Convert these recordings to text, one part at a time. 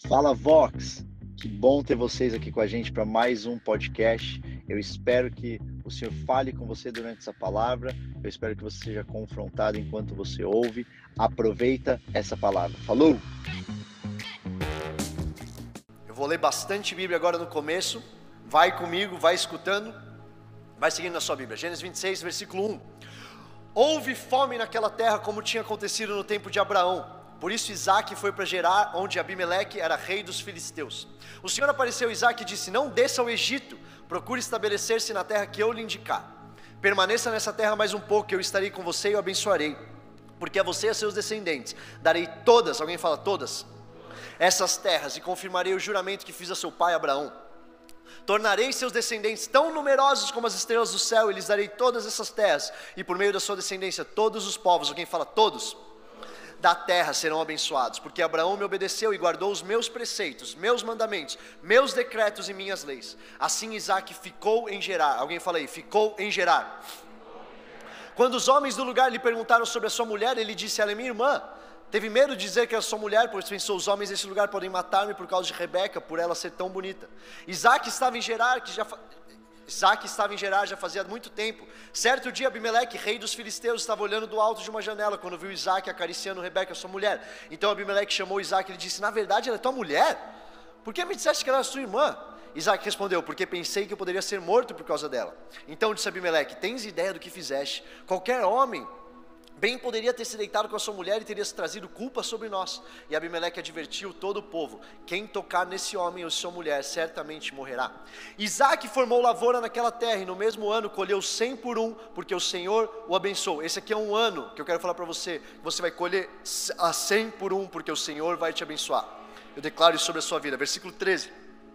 Fala Vox, que bom ter vocês aqui com a gente para mais um podcast. Eu espero que o Senhor fale com você durante essa palavra. Eu espero que você seja confrontado enquanto você ouve. Aproveita essa palavra. Falou! Eu vou ler bastante Bíblia agora no começo. Vai comigo, vai escutando, vai seguindo na sua Bíblia. Gênesis 26, versículo 1. Houve fome naquela terra como tinha acontecido no tempo de Abraão. Por isso Isaac foi para Gerar, onde Abimeleque era rei dos filisteus. O Senhor apareceu a Isaac e disse: não desça ao Egito, procure estabelecer-se na terra que eu lhe indicar. Permaneça nessa terra mais um pouco, que eu estarei com você e o abençoarei. Porque a você e a seus descendentes darei todas, alguém fala todas? Essas terras, e confirmarei o juramento que fiz a seu pai Abraão. Tornarei seus descendentes tão numerosos como as estrelas do céu, e lhes darei todas essas terras, e por meio da sua descendência todos os povos, alguém fala todos? Da terra serão abençoados, porque Abraão me obedeceu e guardou os meus preceitos, meus mandamentos, meus decretos e minhas leis. Assim Isaac ficou em Gerar. Alguém fala aí, ficou em Gerar. Quando os homens do lugar lhe perguntaram sobre a sua mulher, ele disse: ela é minha irmã. Teve medo de dizer que era sua mulher, pois pensou: os homens desse lugar podem matar-me por causa de Rebeca, por ela ser tão bonita. Isaac estava em Gerar, já fazia muito tempo. Certo dia Abimeleque, rei dos filisteus, estava olhando do alto de uma janela, quando viu Isaac acariciando Rebeca, sua mulher. Então Abimeleque chamou Isaac e lhe disse: na verdade ela é tua mulher? Por que me disseste que ela era sua irmã? Isaac respondeu: porque pensei que eu poderia ser morto por causa dela. Então disse Abimeleque: tens ideia do que fizeste? Qualquer homem bem poderia ter se deitado com a sua mulher e teria se trazido culpa sobre nós. E Abimeleque advertiu todo o povo: quem tocar nesse homem ou sua mulher certamente morrerá. Isaac formou lavoura naquela terra, e no mesmo ano colheu 100 por um, porque o Senhor o abençoou. Esse aqui é um ano que eu quero falar para você: você vai colher a 100 por um, porque o Senhor vai te abençoar. Eu declaro isso sobre a sua vida. Versículo 13.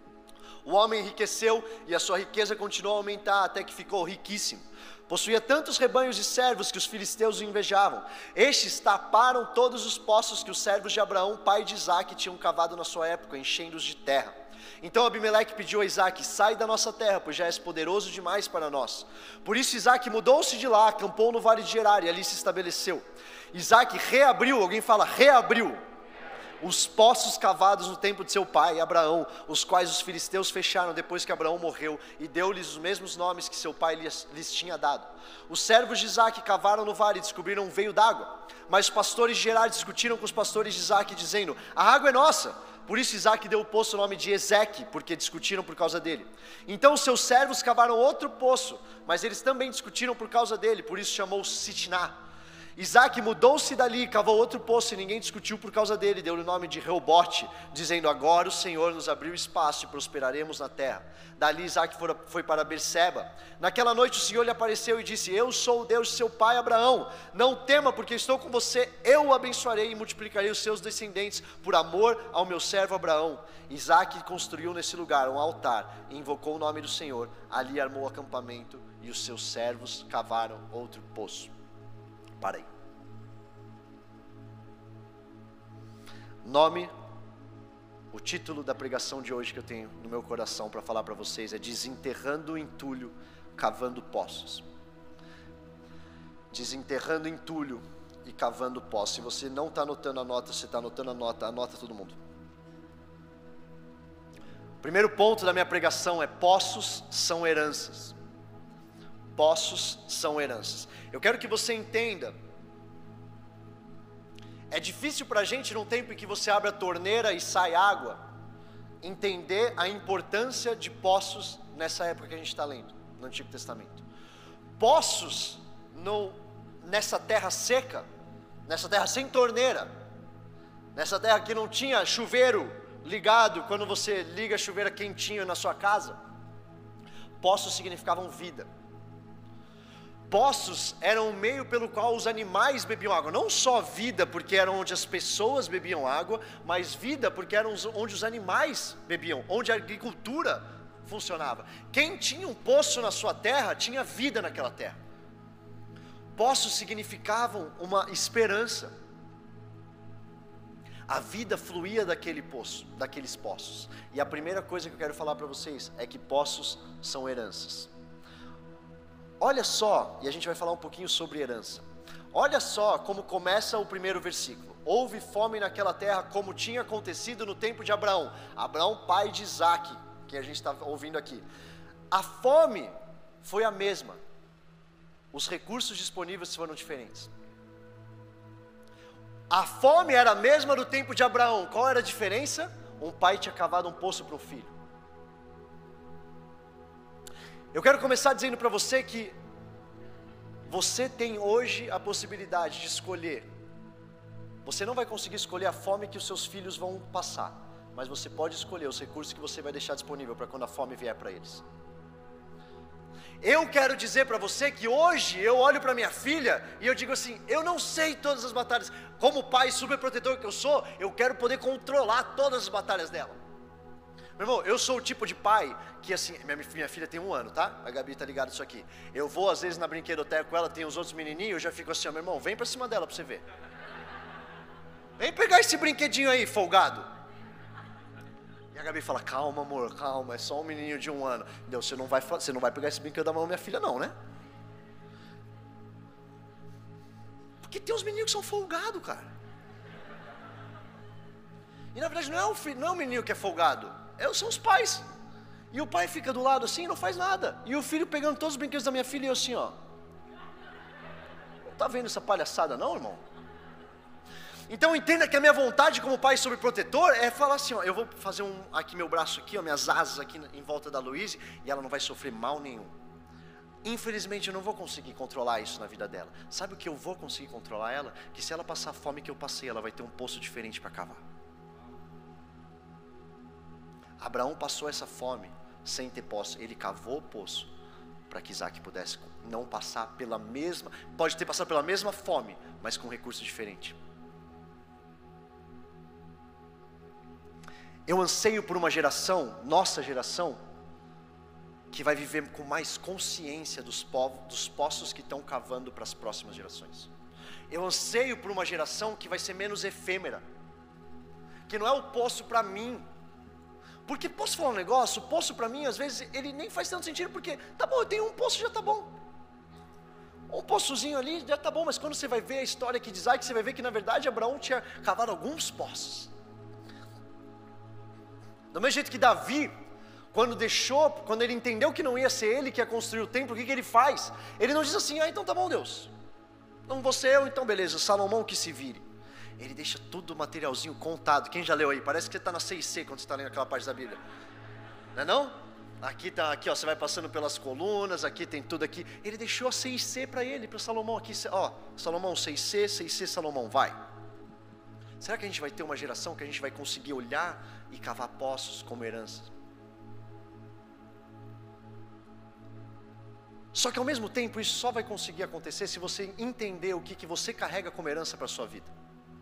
O homem enriqueceu e a sua riqueza continuou a aumentar até que ficou riquíssimo. Possuía tantos rebanhos de servos que os filisteus o invejavam. Estes taparam todos os poços que os servos de Abraão, pai de Isaac, tinham cavado na sua época, enchendo-os de terra. Então Abimeleque pediu a Isaac: sai da nossa terra, pois já és poderoso demais para nós. Por isso Isaac mudou-se de lá, acampou no vale de Gerar e ali se estabeleceu. Isaac reabriu, alguém fala reabriu, os poços cavados no tempo de seu pai Abraão, os quais os filisteus fecharam depois que Abraão morreu, e deu-lhes os mesmos nomes que seu pai lhes tinha dado. Os servos de Isaac cavaram no vale e descobriram um veio d'água, mas os pastores de Gerar discutiram com os pastores de Isaac, dizendo: a água é nossa. Por isso Isaac deu o poço o nome de Ezeque, porque discutiram por causa dele. Então os seus servos cavaram outro poço, mas eles também discutiram por causa dele, por isso chamou-se Sitná. Isaac mudou-se dali, cavou outro poço, e ninguém discutiu por causa dele. Deu-lhe o nome de Reobote, dizendo: agora o Senhor nos abriu espaço e prosperaremos na terra. Dali Isaac foi para Berseba. Naquela noite o Senhor lhe apareceu e disse: eu sou o Deus de seu pai Abraão. Não tema, porque estou com você. Eu o abençoarei e multiplicarei os seus descendentes por amor ao meu servo Abraão. Isaac construiu nesse lugar um altar e invocou o nome do Senhor. Ali armou acampamento e os seus servos cavaram outro poço. Parei. O título da pregação de hoje que eu tenho no meu coração para falar para vocês é: desenterrando o entulho, cavando poços. Desenterrando entulho e cavando poços. Se você não está anotando a nota, você está anotando a nota, anota todo mundo. O primeiro ponto da minha pregação é: poços são heranças. Poços são heranças. Eu quero que você entenda. É difícil para a gente, num tempo em que você abre a torneira e sai água, entender a importância de poços nessa época que a gente está lendo, no Antigo Testamento. Poços nessa terra seca, nessa terra sem torneira, nessa terra que não tinha chuveiro ligado, quando você liga a chuveira quentinho na sua casa, poços significavam vida. Poços eram o meio pelo qual os animais bebiam água. Não só vida, porque era onde as pessoas bebiam água, mas vida, porque era onde os animais bebiam, onde a agricultura funcionava. Quem tinha um poço na sua terra, tinha vida naquela terra. Poços significavam uma esperança. A vida fluía daqueles poços. E a primeira coisa que eu quero falar para vocês é que poços são heranças. Olha só, e a gente vai falar um pouquinho sobre herança. Olha só como começa o primeiro versículo. houve fome naquela terra como tinha acontecido no tempo de Abraão. Abraão, pai de Isaque, que a gente está ouvindo aqui. A fome foi a mesma, os recursos disponíveis foram diferentes. A fome era a mesma do tempo de Abraão. Qual era a diferença? Um pai tinha cavado um poço para um filho. Eu quero começar dizendo para você que você tem hoje a possibilidade de escolher. Você não vai conseguir escolher a fome que os seus filhos vão passar, mas você pode escolher os recursos que você vai deixar disponível para quando a fome vier para eles. Eu quero dizer para você que hoje eu olho para minha filha e eu digo assim, eu não sei todas as batalhas. Como pai super protetor que eu sou, eu quero poder controlar todas as batalhas dela. Meu irmão, eu sou o tipo de pai que assim, minha filha tem 1 ano, tá? A Gabi tá ligada nisso aqui. Eu vou às vezes na brinquedoteca com ela, tem os outros menininhos, eu já fico assim, ó, meu irmão, vem para cima dela para você ver. Vem pegar esse brinquedinho aí, folgado. E a Gabi fala, calma amor, calma, é só um menininho de 1 ano. Deus, você não vai pegar esse brinquedo da mão da minha filha não, né? Porque tem uns meninos que são folgados, cara. E na verdade não é o menino que é folgado, são os pais. E o pai fica do lado assim e não faz nada. E o filho pegando todos os brinquedos da minha filha e eu assim, ó. Não tá vendo essa palhaçada não, irmão? Então entenda que a minha vontade como pai sobreprotetor é falar assim, ó, eu vou fazer aqui meu braço aqui, ó, minhas asas aqui em volta da Luíse, e ela não vai sofrer mal nenhum. Infelizmente eu não vou conseguir controlar isso na vida dela. Sabe o que eu vou conseguir controlar ela? Que se ela passar a fome que eu passei, ela vai ter um poço diferente para cavar. Abraão passou essa fome sem ter poço, ele cavou o poço para que Isaac pudesse não passar pela mesma, pode ter passado pela mesma fome, mas com recurso diferente. Eu anseio por uma geração, nossa geração, que vai viver com mais consciência dos poços que estão cavando para as próximas gerações. Eu anseio por uma geração que vai ser menos efêmera, que não é o poço para mim. Porque posso falar um negócio, o poço para mim às vezes ele nem faz tanto sentido, porque tá bom, eu tenho um poço, já tá bom. Um poçozinho ali já tá bom, mas quando você vai ver a história aqui de Isaac, você vai ver que na verdade Abraão tinha cavado alguns poços. Do mesmo jeito que Davi, quando ele entendeu que não ia ser ele que ia construir o templo, o que ele faz? Ele não diz assim, então tá bom Deus, não vou ser eu, então beleza, Salomão que se vire. Ele deixa tudo o materialzinho contado. Quem já leu aí? Parece que você está na 6C quando você está lendo aquela parte da Bíblia. Não é não? Aqui tá, aqui ó, você vai passando pelas colunas, aqui tem tudo aqui. Ele deixou a 6C para ele, para Salomão aqui, ó, Salomão 6C, 6C, Salomão, vai. Será que a gente vai ter uma geração que a gente vai conseguir olhar e cavar poços como herança? Só que ao mesmo tempo isso só vai conseguir acontecer se você entender o que você carrega como herança para a sua vida.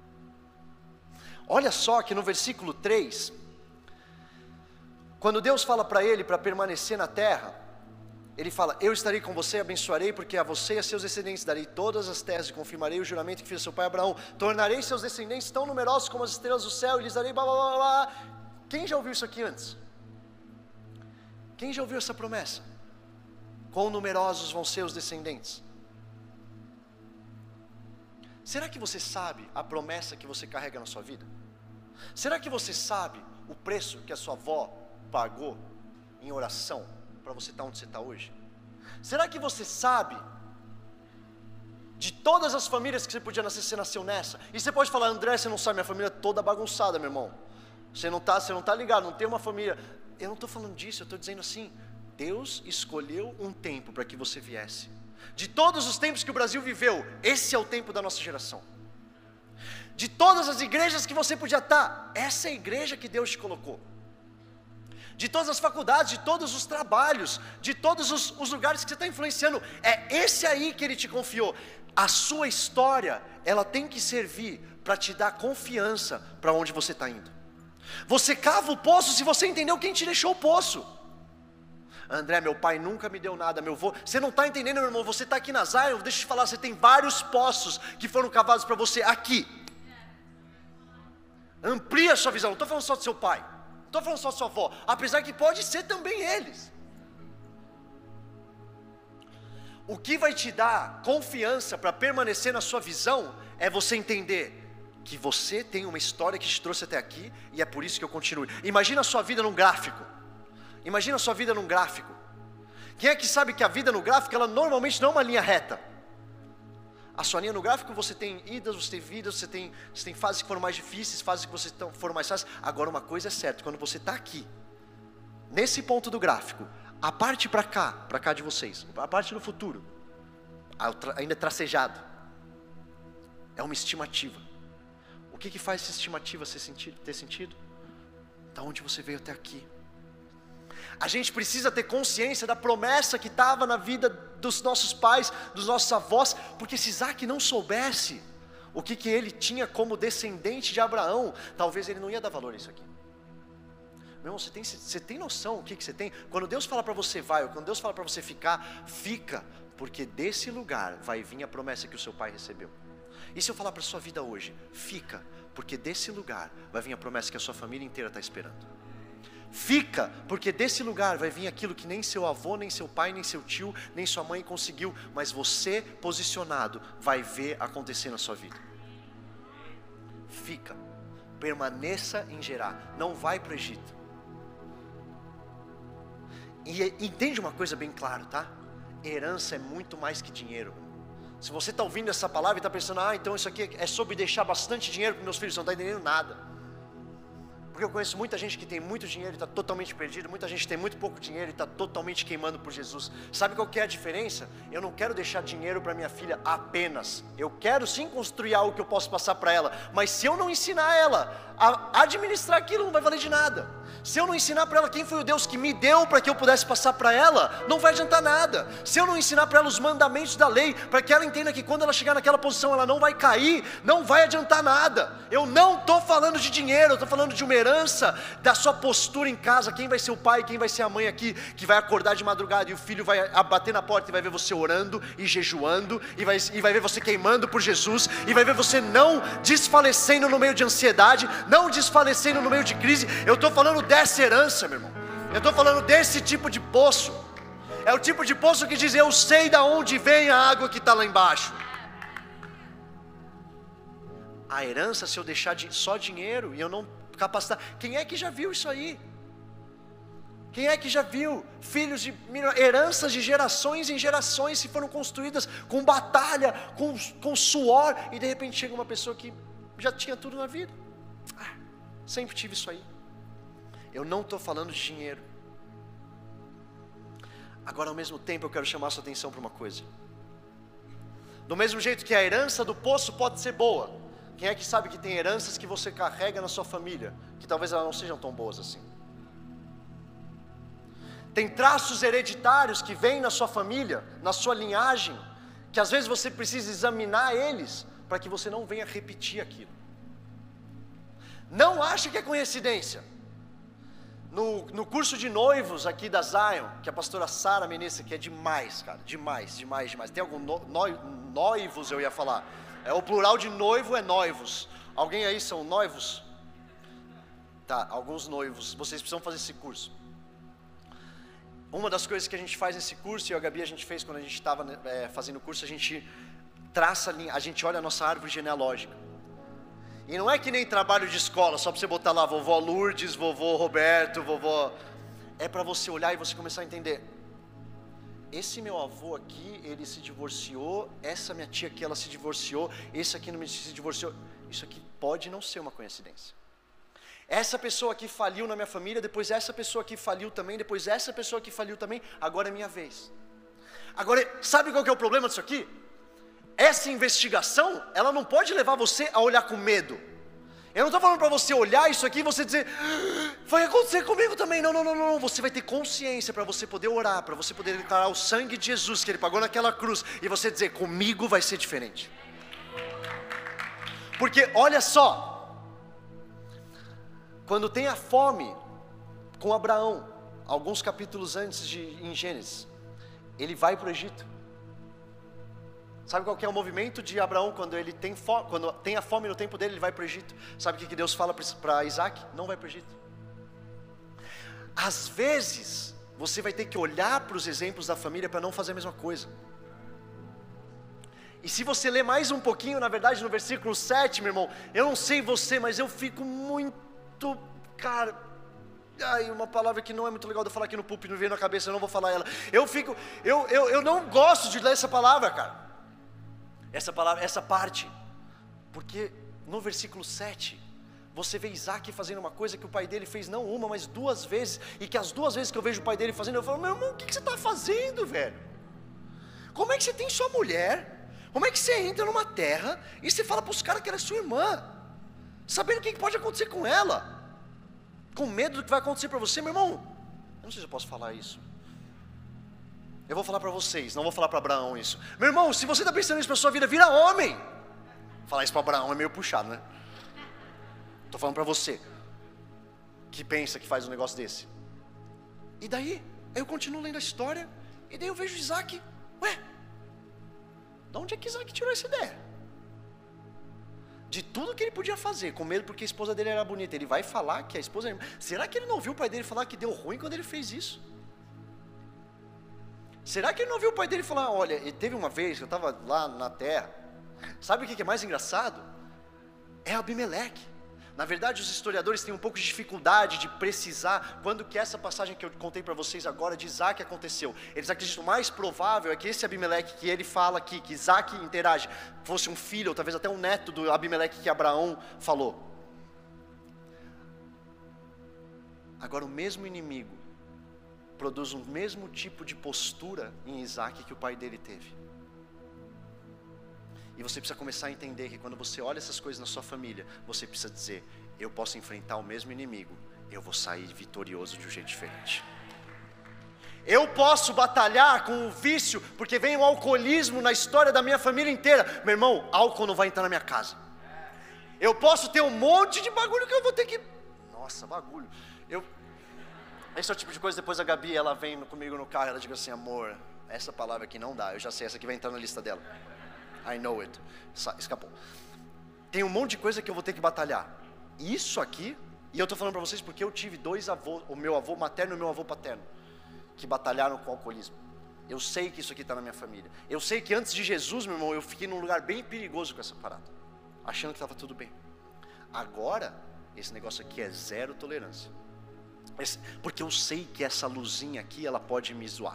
Olha só que no versículo 3, quando Deus fala para ele para permanecer na terra, ele fala, eu estarei com você, abençoarei, porque a você e a seus descendentes darei todas as terras e confirmarei o juramento que fiz a seu pai Abraão, tornarei seus descendentes tão numerosos como as estrelas do céu e lhes darei blá blá blá blá. Quem já ouviu isso aqui antes? Quem já ouviu essa promessa? Quão numerosos vão ser os descendentes? Será que você sabe a promessa que você carrega na sua vida? Será que você sabe o preço que a sua avó pagou em oração para você estar onde você está hoje? Será que você sabe de todas as famílias que você podia nascer, você nasceu nessa? E você pode falar, André, você não sabe, minha família é toda bagunçada, meu irmão. Você não tá ligado, não tem uma família. Eu não estou falando disso, eu estou dizendo assim, Deus escolheu um tempo para que você viesse. De todos os tempos que o Brasil viveu, esse é o tempo da nossa geração. De todas as igrejas que você podia estar, essa é a igreja que Deus te colocou. De todas as faculdades, de todos os trabalhos, de todos os lugares que você está influenciando, é esse aí que Ele te confiou. A sua história, ela tem que servir para te dar confiança para onde você está indo. Você cava o poço se você entendeu quem te deixou o poço. André, meu pai nunca me deu nada, meu avô. Você não está entendendo, meu irmão, você está aqui na Zion, deixa eu te falar, você tem vários poços que foram cavados para você aqui. Amplia a sua visão, não estou falando só do seu pai, não estou falando só da sua avó, apesar que pode ser também eles. O que vai te dar confiança para permanecer na sua visão é você entender que você tem uma história que te trouxe até aqui, e é por isso que eu continuo. Imagina a sua vida num gráfico. Imagina a sua vida num gráfico. Quem é que sabe que a vida no gráfico, ela normalmente não é uma linha reta? A sua linha no gráfico, você tem idas, você tem vidas, você tem fases que foram mais difíceis, fases que foram mais fáceis. Agora uma coisa é certa, quando você está aqui, nesse ponto do gráfico, a parte para cá de vocês, a parte do futuro, ainda é tracejado, é uma estimativa. O que faz essa estimativa ter sentido? Da onde você veio até aqui. A gente precisa ter consciência da promessa que estava na vida dos nossos pais, dos nossos avós, porque se Isaac não soubesse o que ele tinha como descendente de Abraão, talvez ele não ia dar valor a isso aqui. Meu irmão, você tem noção o que você tem? Quando Deus fala para você vai, ou quando Deus fala para você ficar, fica, porque desse lugar vai vir a promessa que o seu pai recebeu. E se eu falar para a sua vida hoje, fica, porque desse lugar vai vir a promessa que a sua família inteira está esperando. Fica, porque desse lugar vai vir aquilo que nem seu avô, nem seu pai, nem seu tio, nem sua mãe conseguiu, mas você posicionado vai ver acontecer na sua vida. Fica, permaneça em Gerar, não vai para o Egito. E entende uma coisa bem clara, tá? Herança é muito mais que dinheiro. Se você está ouvindo essa palavra e está pensando, então isso aqui é sobre deixar bastante dinheiro para meus filhos, você não está entendendo nada. Porque eu conheço muita gente que tem muito dinheiro e está totalmente perdido, muita gente que tem muito pouco dinheiro e está totalmente queimando por Jesus. Sabe qual que é a diferença? Eu não quero deixar dinheiro para minha filha apenas. Eu quero sim construir algo que eu possa passar para ela, mas se eu não ensinar ela a administrar aquilo, não vai valer de nada. Se eu não ensinar para ela quem foi o Deus que me deu para que eu pudesse passar para ela, não vai adiantar nada. Se eu não ensinar para ela os mandamentos da lei, para que ela entenda que quando ela chegar naquela posição ela não vai cair, não vai adiantar nada. Eu não estou falando de dinheiro, eu estou falando de uma herança da sua postura em casa. Quem vai ser o pai, quem vai ser a mãe aqui, que vai acordar de madrugada e o filho vai bater na porta e vai ver você orando e jejuando, e vai ver você queimando por Jesus, e vai ver você não desfalecendo no meio de ansiedade, não desfalecendo no meio de crise. Eu estou falando dessa herança, meu irmão. Eu estou falando desse tipo de poço. É o tipo de poço que diz, eu sei de onde vem a água que está lá embaixo. A herança, se eu deixar só dinheiro e eu não capacitar, quem é que já viu isso aí? Quem é que já viu filhos de heranças de gerações em gerações se foram construídas com batalha, com suor, e de repente chega uma pessoa que já tinha tudo na vida? Sempre tive isso aí. Eu não estou falando de dinheiro. Agora, ao mesmo tempo, eu quero chamar a sua atenção para uma coisa. Do mesmo jeito que a herança do poço pode ser boa, quem é que sabe que tem heranças que você carrega na sua família, que talvez elas não sejam tão boas assim? Tem traços hereditários que vêm na sua família, na sua linhagem, que às vezes você precisa examinar eles, para que você não venha repetir aquilo. Não ache que é coincidência. No curso de noivos aqui da Zion, que a pastora Sara Menezes, que é demais, cara, demais. Tem algum noivos, eu ia falar. O plural de noivo é noivos. Alguém aí são noivos? Tá, alguns noivos. Vocês precisam fazer esse curso. Uma das coisas que a gente faz nesse curso, e a Gabi a gente fez quando a gente estava fazendo o curso, a gente traça, a gente olha a nossa árvore genealógica. E não é que nem trabalho de escola, só para você botar lá vovó Lourdes, vovô Roberto, vovó... É para você olhar e você começar a entender. Esse meu avô aqui, ele se divorciou, essa minha tia aqui, ela se divorciou, esse aqui não se divorciou. Isso aqui pode não ser uma coincidência. Essa pessoa aqui faliu na minha família, depois essa pessoa aqui faliu também, depois essa pessoa aqui faliu também, agora é minha vez. Agora, sabe qual que é o problema disso aqui? Essa investigação, ela não pode levar você a olhar com medo. Eu não estou falando para você olhar isso aqui e você dizer, vai acontecer comigo também. Não. Você vai ter consciência para você poder orar, para você poder declarar o sangue de Jesus que Ele pagou naquela cruz, e você dizer, comigo vai ser diferente. Porque olha só, quando tem a fome com Abraão, alguns capítulos antes em Gênesis, ele vai para o Egito. Sabe qual que é o movimento de Abraão quando ele tem fome, quando tem a fome no tempo dele, ele vai para o Egito? Sabe o que Deus fala para Isaac? Não vai para o Egito. Às vezes, você vai ter que olhar para os exemplos da família para não fazer a mesma coisa. E se você ler mais um pouquinho, na verdade, no versículo 7, meu irmão, eu não sei você, mas eu fico muito, cara, uma palavra que não é muito legal de eu falar aqui no púlpito, não veio na cabeça, eu não vou falar ela. Eu não gosto de ler essa palavra, cara. Essa parte. Porque no versículo 7, você vê Isaac fazendo uma coisa que o pai dele fez não uma, mas 2 vezes. E que as 2 vezes que eu vejo o pai dele fazendo, eu falo, meu irmão, o que você está fazendo, velho? Como é que você tem sua mulher? Como é que você entra numa terra e você fala para os caras que ela é sua irmã? Sabendo o que pode acontecer com ela? Com medo do que vai acontecer para você, meu irmão? Eu não sei se eu posso falar isso. Eu vou falar para vocês, não vou falar para Abraão isso. Meu irmão, se você está pensando isso para sua vida, vira homem. Falar isso para Abraão é meio puxado, né? Estou falando para você, que pensa que faz um negócio desse. E daí, eu continuo lendo a história, e daí eu vejo Isaac, ué, de onde é que Isaac tirou essa ideia? De tudo que ele podia fazer, com medo porque a esposa dele era bonita, ele vai falar que a esposa... Será que ele não ouviu o pai dele falar que deu ruim quando ele fez isso? Será que ele não ouviu o pai dele falar, olha, teve uma vez que eu estava lá na terra, sabe o que é mais engraçado? É Abimeleque. Na verdade, os historiadores têm um pouco de dificuldade de precisar quando que essa passagem que eu contei para vocês agora de Isaac aconteceu. Eles acreditam que o mais provável é que esse Abimeleque que ele fala aqui, que Isaac interage, fosse um filho ou talvez até um neto do Abimeleque que Abraão falou. Agora o mesmo inimigo produz o mesmo tipo de postura em Isaac que o pai dele teve. E você precisa começar a entender que quando você olha essas coisas na sua família, você precisa dizer, eu posso enfrentar o mesmo inimigo, eu vou sair vitorioso de um jeito diferente. Eu posso batalhar com o vício, porque vem o alcoolismo na história da minha família inteira. Meu irmão, álcool não vai entrar na minha casa. Eu posso ter um monte de bagulho que eu vou ter que... Nossa, bagulho. Esse é o tipo de coisa, depois a Gabi, ela vem comigo no carro, ela diz assim, amor, essa palavra aqui não dá, eu já sei, essa aqui vai entrar na lista dela. I know it. Escapou. Tem um monte de coisa que eu vou ter que batalhar. Isso aqui, e eu estou falando para vocês porque eu tive 2 avós, o meu avô materno e o meu avô paterno, que batalharam com o alcoolismo. Eu sei que isso aqui está na minha família. Eu sei que antes de Jesus, meu irmão, eu fiquei num lugar bem perigoso com essa parada, achando que estava tudo bem. Agora, esse negócio aqui é 0 tolerância. Porque eu sei que essa luzinha aqui, ela pode me zoar.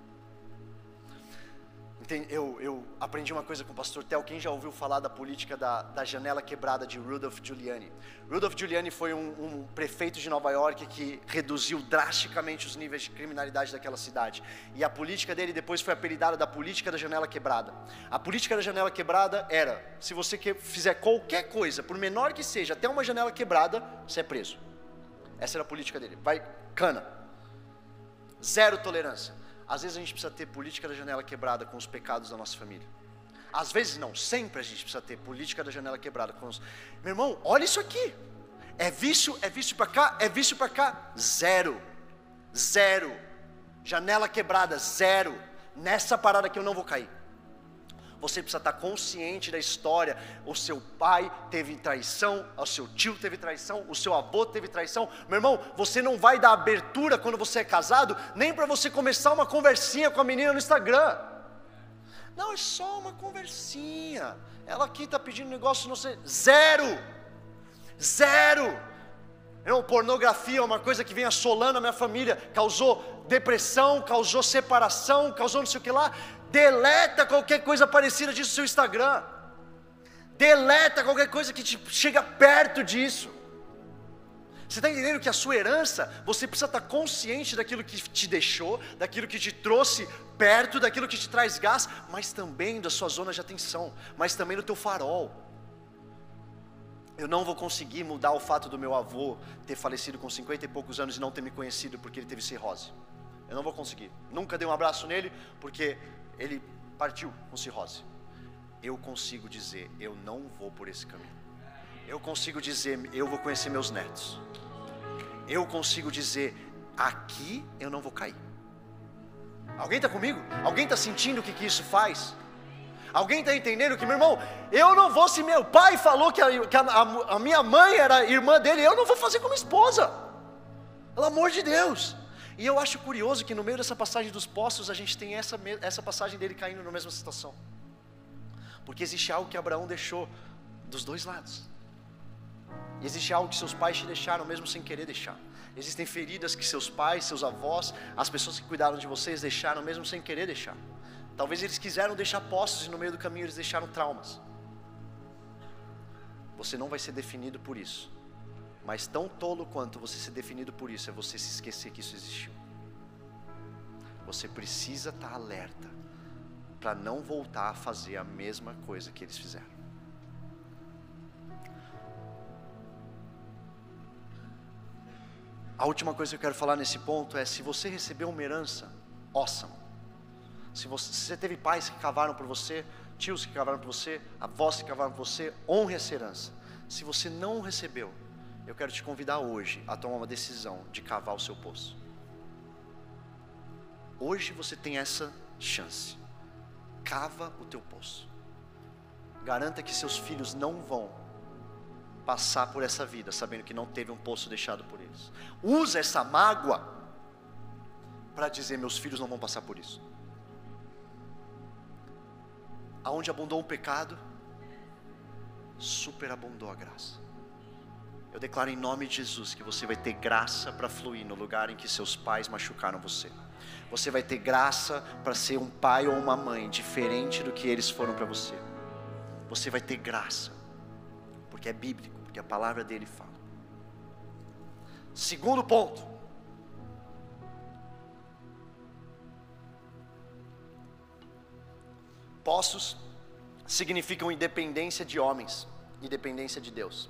Eu aprendi uma coisa com o pastor Tel. Quem já ouviu falar da política da janela quebrada de Rudolph Giuliani? Rudolph Giuliani foi um prefeito de Nova York que reduziu drasticamente os níveis de criminalidade daquela cidade. E a política dele depois foi apelidada da política da janela quebrada. A política da janela quebrada era, se você fizer qualquer coisa, por menor que seja, até uma janela quebrada, você é preso. Essa era a política dele. Vai, cana. 0 tolerância. Às vezes a gente precisa ter política da janela quebrada com os pecados da nossa família. Às vezes não, sempre a gente precisa ter política da janela quebrada com os... Meu irmão, olha isso aqui. É vício para cá, é vício para cá. 0. Janela quebrada, 0. Nessa parada que eu não vou cair. Você precisa estar consciente da história. O seu pai teve traição, o seu tio teve traição, o seu avô teve traição. Meu irmão, você não vai dar abertura quando você é casado, nem para você começar uma conversinha com a menina no Instagram. Não, é só uma conversinha. Ela aqui está pedindo negócio, não sei. 0. Não, pornografia é uma coisa que vem assolando a minha família. Causou depressão, causou separação, causou não sei o que lá. Deleta qualquer coisa parecida disso no seu Instagram. Deleta qualquer coisa que te chega perto disso. Você está entendendo que a sua herança, você precisa estar consciente daquilo que te deixou, daquilo que te trouxe perto, daquilo que te traz gás, mas também da sua zona de atenção, mas também do teu farol. Eu não vou conseguir mudar o fato do meu avô ter falecido com 50 e poucos anos e não ter me conhecido porque ele teve cirrose. Eu não vou conseguir. Nunca dei um abraço nele porque ele partiu com cirrose. Eu consigo dizer, eu não vou por esse caminho. Eu consigo dizer, eu vou conhecer meus netos. Eu consigo dizer, aqui eu não vou cair. Alguém está comigo? Alguém está sentindo o que isso faz? Alguém está entendendo que, meu irmão, eu não vou, se meu pai falou que a minha mãe era irmã dele, eu não vou fazer como esposa. Pelo amor de Deus. E eu acho curioso que no meio dessa passagem dos poços, a gente tem essa passagem dele caindo na mesma situação. Porque existe algo que Abraão deixou dos dois lados. E existe algo que seus pais te deixaram mesmo sem querer deixar. Existem feridas que seus pais, seus avós, as pessoas que cuidaram de vocês deixaram mesmo sem querer deixar. Talvez eles quiseram deixar poços e no meio do caminho eles deixaram traumas. Você não vai ser definido por isso. Mas tão tolo quanto você ser definido por isso é você se esquecer que isso existiu. Você precisa estar alerta para não voltar a fazer a mesma coisa que eles fizeram. A última coisa que eu quero falar nesse ponto é: se você recebeu uma herança, awesome. Se você teve pais que cavaram por você, tios que cavaram por você, avós que cavaram por você, honre essa herança. Se você não recebeu, eu quero te convidar hoje a tomar uma decisão de cavar o seu poço. Hoje você tem essa chance. Cava o teu poço. Garanta que seus filhos não vão passar por essa vida sabendo que não teve um poço deixado por eles. Usa essa mágoa para dizer: meus filhos não vão passar por isso. Aonde abundou o pecado, superabundou a graça. Eu declaro em nome de Jesus que você vai ter graça para fluir no lugar em que seus pais machucaram você. Você vai ter graça para ser um pai ou uma mãe diferente do que eles foram para você. Você vai ter graça, porque é bíblico, porque a palavra dele fala. Segundo ponto: poços significam independência de homens e dependência de Deus.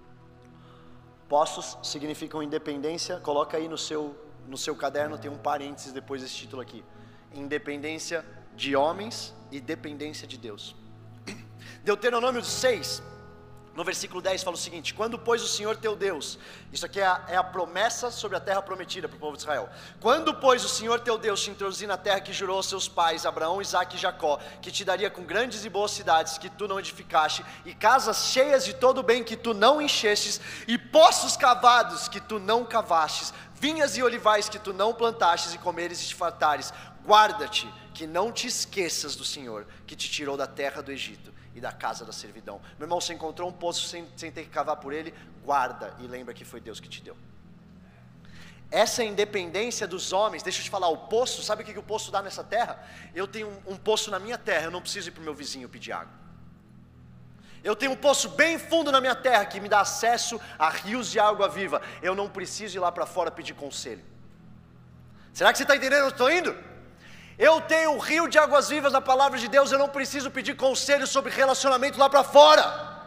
Poços significam independência. Coloca aí no seu caderno, tem um parênteses depois desse título aqui: independência de homens e dependência de Deus. Deuteronômio 6, no versículo 10 fala o seguinte: quando pois o Senhor teu Deus, isso aqui é a promessa sobre a terra prometida para o povo de Israel. Quando pois o Senhor teu Deus te introduzir na terra que jurou aos seus pais, Abraão, Isaque e Jacó, que te daria com grandes e boas cidades que tu não edificaste, e casas cheias de todo bem que tu não enchestes, e poços cavados que tu não cavastes, vinhas e olivais que tu não plantastes, e comeres e te fartares, guarda-te que não te esqueças do Senhor, que te tirou da terra do Egito e da casa da servidão. Meu irmão, você encontrou um poço sem ter que cavar por ele, guarda e lembra que foi Deus que te deu. Essa independência dos homens, deixa eu te falar, o poço, sabe o que o poço dá nessa terra? Eu tenho um poço na minha terra, eu não preciso ir para o meu vizinho pedir água. Eu tenho um poço bem fundo na minha terra, que me dá acesso a rios de água viva. Eu não preciso ir lá para fora pedir conselho. Será que você está entendendo onde eu estou indo? Eu tenho um rio de águas vivas na palavra de Deus, eu não preciso pedir conselho sobre relacionamento lá para fora.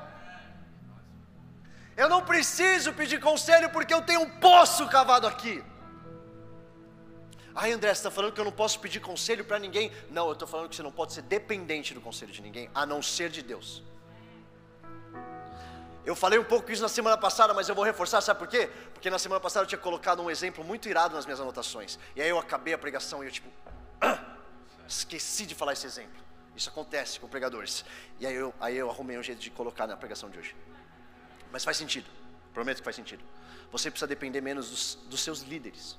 Eu não preciso pedir conselho porque eu tenho um poço cavado aqui. Ai, André, você está falando que eu não posso pedir conselho para ninguém? Não, eu estou falando que você não pode ser dependente do conselho de ninguém, a não ser de Deus. Eu falei um pouco isso na semana passada, mas eu vou reforçar, sabe por quê? Porque na semana passada eu tinha colocado um exemplo muito irado nas minhas anotações. E aí eu acabei a pregação e eu esqueci de falar esse exemplo. Isso acontece com pregadores. E aí eu arrumei um jeito de colocar na pregação de hoje. Mas faz sentido, prometo que faz sentido. Você precisa depender menos dos seus líderes.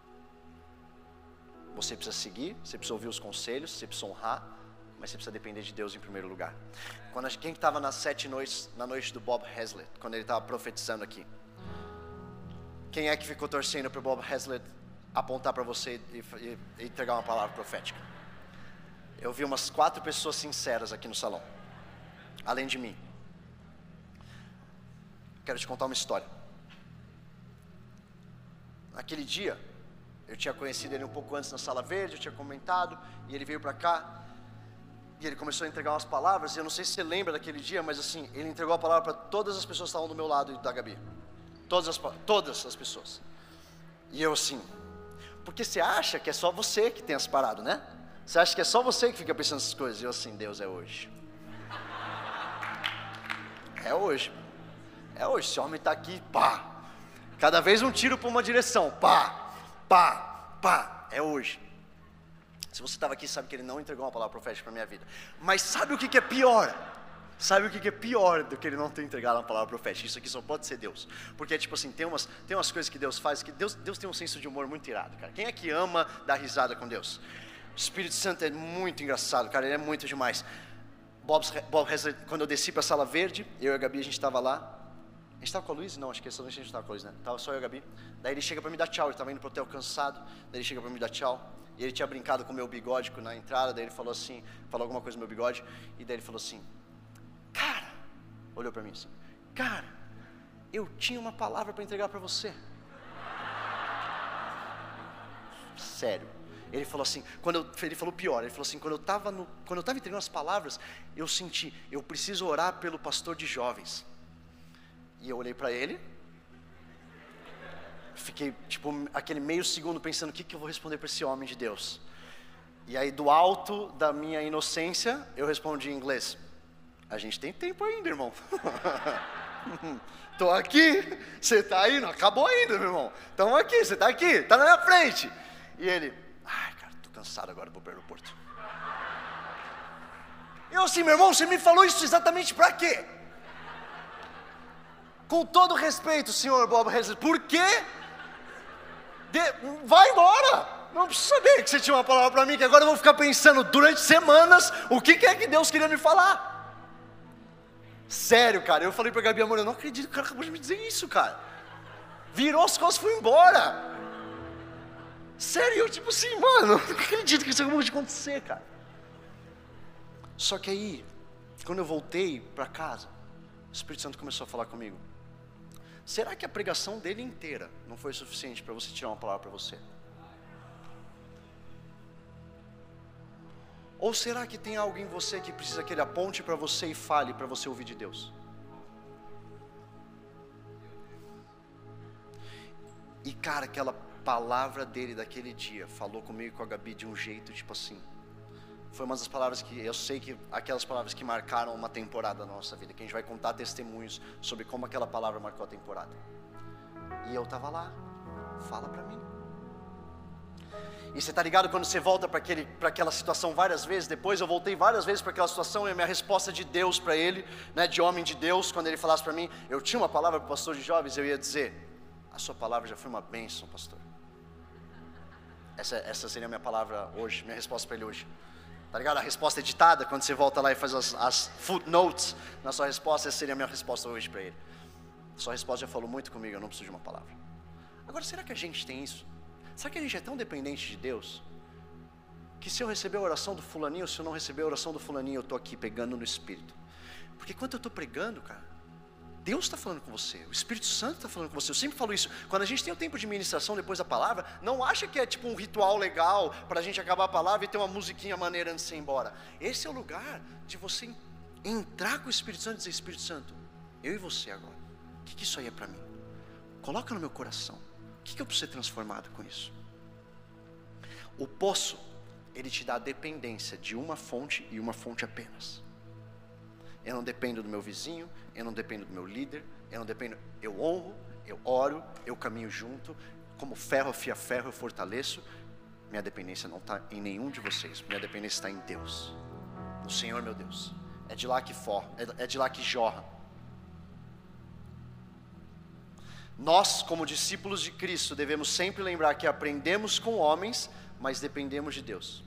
Você precisa seguir, você precisa ouvir os conselhos, você precisa honrar, mas você precisa depender de Deus em primeiro lugar. Quem estava nas 7 noites, na noite do Bob Hazlett, quando ele estava profetizando aqui? Quem é que ficou torcendo para o Bob Hazlett apontar para você e entregar uma palavra profética? Eu vi umas 4 pessoas sinceras aqui no salão, além de mim. Quero te contar uma história. Naquele dia, eu tinha conhecido ele um pouco antes na Sala Verde, eu tinha comentado, e ele veio para cá, e ele começou a entregar umas palavras, e eu não sei se você lembra daquele dia, mas assim, ele entregou a palavra para todas as pessoas que estavam do meu lado e da Gabi. Todas as pessoas. E eu assim, porque você acha que é só você que tem as paradas, né? Você acha que é só você que fica pensando essas coisas? E eu assim, Deus, é hoje. É hoje. É hoje, esse homem está aqui, pá. Cada vez um tiro para uma direção, pá, pá, pá. É hoje. Se você estava aqui, sabe que ele não entregou uma palavra profética para a minha vida. Mas sabe o que é pior? Sabe o que é pior do que ele não ter entregado uma palavra profética? Isso aqui só pode ser Deus. Porque tipo assim, tem umas coisas que Deus faz, que Deus tem um senso de humor muito irado, cara. Quem é que ama dar risada com Deus? O Espírito Santo é muito engraçado, cara, ele é muito demais. Bob Hazard, quando eu desci para a sala verde, eu e a Gabi, a gente estava lá. A gente estava com a Luiz? Não, acho que essa noite a gente estava com a Luiz, né? Tava só eu e a Gabi. Daí ele chega para me dar tchau, ele estava indo pro hotel cansado. Daí ele chega para me dar tchau. E ele tinha brincado com o meu bigode na entrada. Daí ele falou assim, falou alguma coisa no meu bigode. E daí ele falou assim, cara, olhou para mim assim, cara, eu tinha uma palavra para entregar para você. Sério. Ele falou assim, ele falou pior, ele falou assim, quando eu estava entregando as palavras, eu senti, eu preciso orar pelo pastor de jovens. E eu olhei para ele, fiquei tipo aquele meio segundo pensando, o que eu vou responder para esse homem de Deus? E aí do alto da minha inocência, eu respondi em inglês, a gente tem tempo ainda, irmão. Tô aqui, você tá aí, não acabou ainda, meu irmão. Tamo aqui, você tá aqui, tá na minha frente. E ele, ai cara, tô cansado agora, vou pro aeroporto. Eu assim, meu irmão, você me falou isso exatamente pra quê? Com todo respeito, senhor Bob Hazard, por quê? Vai embora! Não preciso saber que você tinha uma palavra pra mim, que agora eu vou ficar pensando durante semanas o que é que Deus queria me falar. Sério, cara, eu falei pra Gabi, amor, eu não acredito que o cara acabou de me dizer isso, cara. Virou as costas e foi embora. Sério, eu tipo assim, mano, não acredito que isso acabou de acontecer, cara. Só que aí, quando eu voltei pra casa, o Espírito Santo começou a falar comigo. Será que a pregação dele inteira não foi suficiente para você tirar uma palavra para você? Ou será que tem algo em você que precisa que ele aponte para você e fale para você ouvir de Deus? E cara, aquela palavra dele daquele dia falou comigo e com a Gabi de um jeito tipo assim. Foi uma das palavras que eu sei que aquelas palavras que marcaram uma temporada na nossa vida, que a gente vai contar testemunhos sobre como aquela palavra marcou a temporada. E eu tava lá, fala pra mim. E você tá ligado quando você volta para aquela situação várias vezes? Depois eu voltei várias vezes para aquela situação e a minha resposta de Deus para ele, né, de homem de Deus, quando ele falasse para mim, eu tinha uma palavra para o pastor de jovens, eu ia dizer, a sua palavra já foi uma bênção, pastor. Essa seria a minha palavra hoje, minha resposta para ele hoje. Tá ligado? A resposta editada, quando você volta lá e faz as footnotes na sua resposta, essa seria a minha resposta hoje para ele. Sua resposta já falou muito comigo, eu não preciso de uma palavra. Agora, será que a gente tem isso? Será que a gente é tão dependente de Deus, que se eu receber a oração do fulaninho, ou se eu não receber a oração do fulaninho, eu estou aqui pegando no Espírito? Porque quando eu estou pregando, cara, Deus está falando com você, o Espírito Santo está falando com você. Eu sempre falo isso, quando a gente tem um tempo de ministração depois da palavra, não acha que é tipo um ritual legal, para a gente acabar a palavra e ter uma musiquinha maneira antes de você ir embora. Esse é o lugar de você entrar com o Espírito Santo e dizer, Espírito Santo, eu e você agora, o que isso aí é para mim? Coloca no meu coração, o que eu preciso ser transformado com isso? O poço, ele te dá a dependência de uma fonte e uma fonte apenas. Eu não dependo do meu vizinho, eu não dependo do meu líder, eu honro, eu oro, eu caminho junto, como ferro afia ferro, eu fortaleço. Minha dependência não está em nenhum de vocês, minha dependência está em Deus, no Senhor meu Deus. É de lá que jorra. Nós, como discípulos de Cristo, devemos sempre lembrar que aprendemos com homens, mas dependemos de Deus.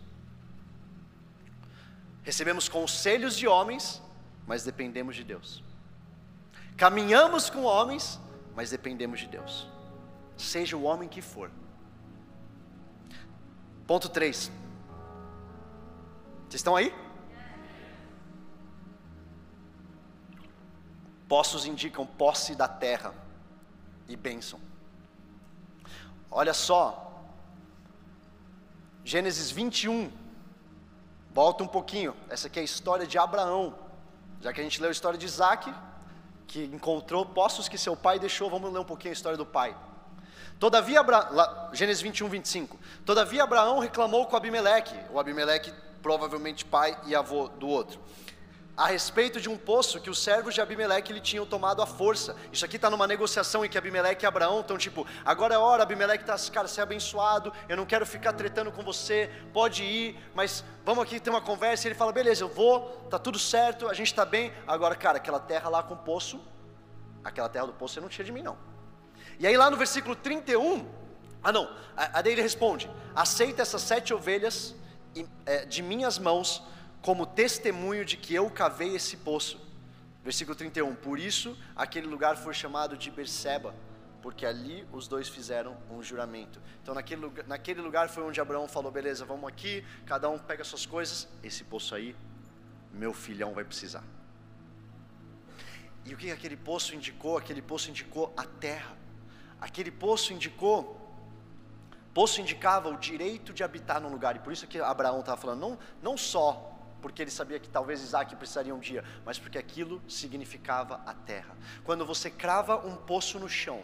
Recebemos conselhos de homens, mas dependemos de Deus. Caminhamos com homens, mas dependemos de Deus. Seja o homem que for. Ponto 3. Vocês estão aí? Poços indicam posse da terra e bênção. Olha só, Gênesis 21, volta um pouquinho, essa aqui é a história de Abraão. Já que a gente leu a história de Isaac, que encontrou poços que seu pai deixou, vamos ler um pouquinho a história do pai. Todavia, Gênesis 21, 25. Todavia Abraão reclamou com Abimeleque, o Abimeleque provavelmente pai e avô do outro, a respeito de um poço que os servos de Abimeleque lhe tinham tomado à força. Isso aqui está numa negociação em que Abimeleque e Abraão estão tipo, agora é hora, Abimeleque está, cara, ser abençoado, eu não quero ficar tretando com você, pode ir, mas vamos aqui ter uma conversa. E ele fala, beleza, eu vou, tá tudo certo, a gente está bem. Agora, cara, aquela terra lá com poço, aquela terra do poço você não tira de mim não. E aí lá no versículo 31, daí ele responde, aceita essas 7 ovelhas de minhas mãos, como testemunho de que eu cavei esse poço. Versículo 31, por isso aquele lugar foi chamado de Berseba, porque ali os dois fizeram um juramento. Então naquele lugar foi onde Abraão falou, beleza, vamos aqui, cada um pega suas coisas, esse poço aí, meu filhão vai precisar. E o que aquele poço indicou? Aquele poço indicou a terra. Aquele poço indicava o direito de habitar num lugar, e por isso que Abraão estava falando, não só porque ele sabia que talvez Isaac precisaria um dia, mas porque aquilo significava a terra. Quando você crava um poço no chão,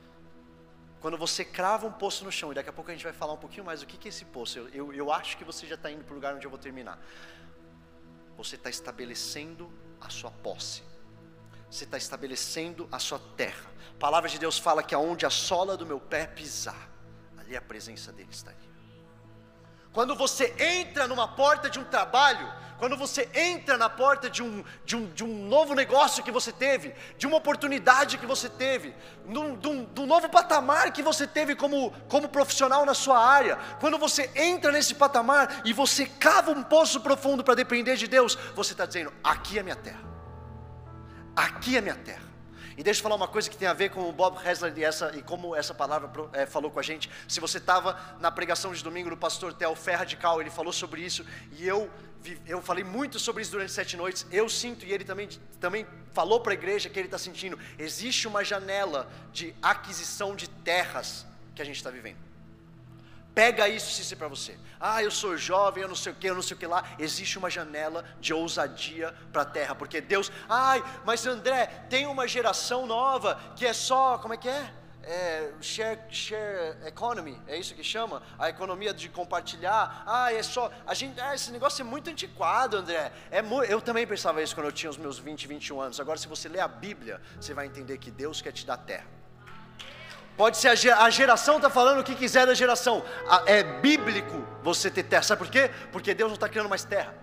e daqui a pouco a gente vai falar um pouquinho mais do que é esse poço, eu acho que você já está indo para o lugar onde eu vou terminar. Você está estabelecendo a sua posse, você está estabelecendo a sua terra. A palavra de Deus fala que aonde a sola do meu pé pisar, ali a presença dele estaria. Quando você entra numa porta de um trabalho, quando você entra na porta de um novo negócio que você teve, de uma oportunidade que você teve, de um novo patamar que você teve como profissional na sua área, quando você entra nesse patamar e você cava um poço profundo para depender de Deus, você está dizendo, aqui é minha terra, aqui é minha terra. E deixa eu falar uma coisa que tem a ver com o Bob Hessler e como essa palavra falou com a gente. Se você estava na pregação de domingo do pastor Theo Ferradical, ele falou sobre isso, e eu falei muito sobre isso durante 7 noites, eu sinto, e ele também falou para a igreja que ele está sentindo, existe uma janela de aquisição de terras que a gente está vivendo. Pega isso se isso é para você. Eu sou jovem, eu não sei o que lá. Existe uma janela de ousadia para a terra, porque Deus, mas André, tem uma geração nova que é só, como é que é? Share economy, é isso que chama? A economia de compartilhar. É só, esse negócio é muito antiquado, André. Eu também pensava isso quando eu tinha os meus 20, 21 anos. Agora, se você ler a Bíblia, você vai entender que Deus quer te dar terra. Pode ser a geração está falando o que quiser da geração. É bíblico você ter terra. Sabe por quê? Porque Deus não está criando mais terra.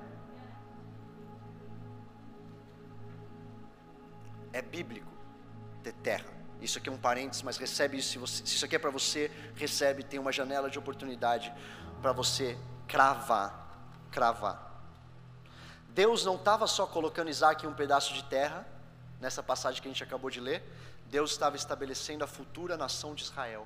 É bíblico ter terra. Isso aqui é um parênteses, mas recebe isso. Se isso aqui é para você, recebe. Tem uma janela de oportunidade para você cravar. Deus não estava só colocando Isaac em um pedaço de terra, nessa passagem que a gente acabou de ler. Deus estava estabelecendo a futura nação de Israel.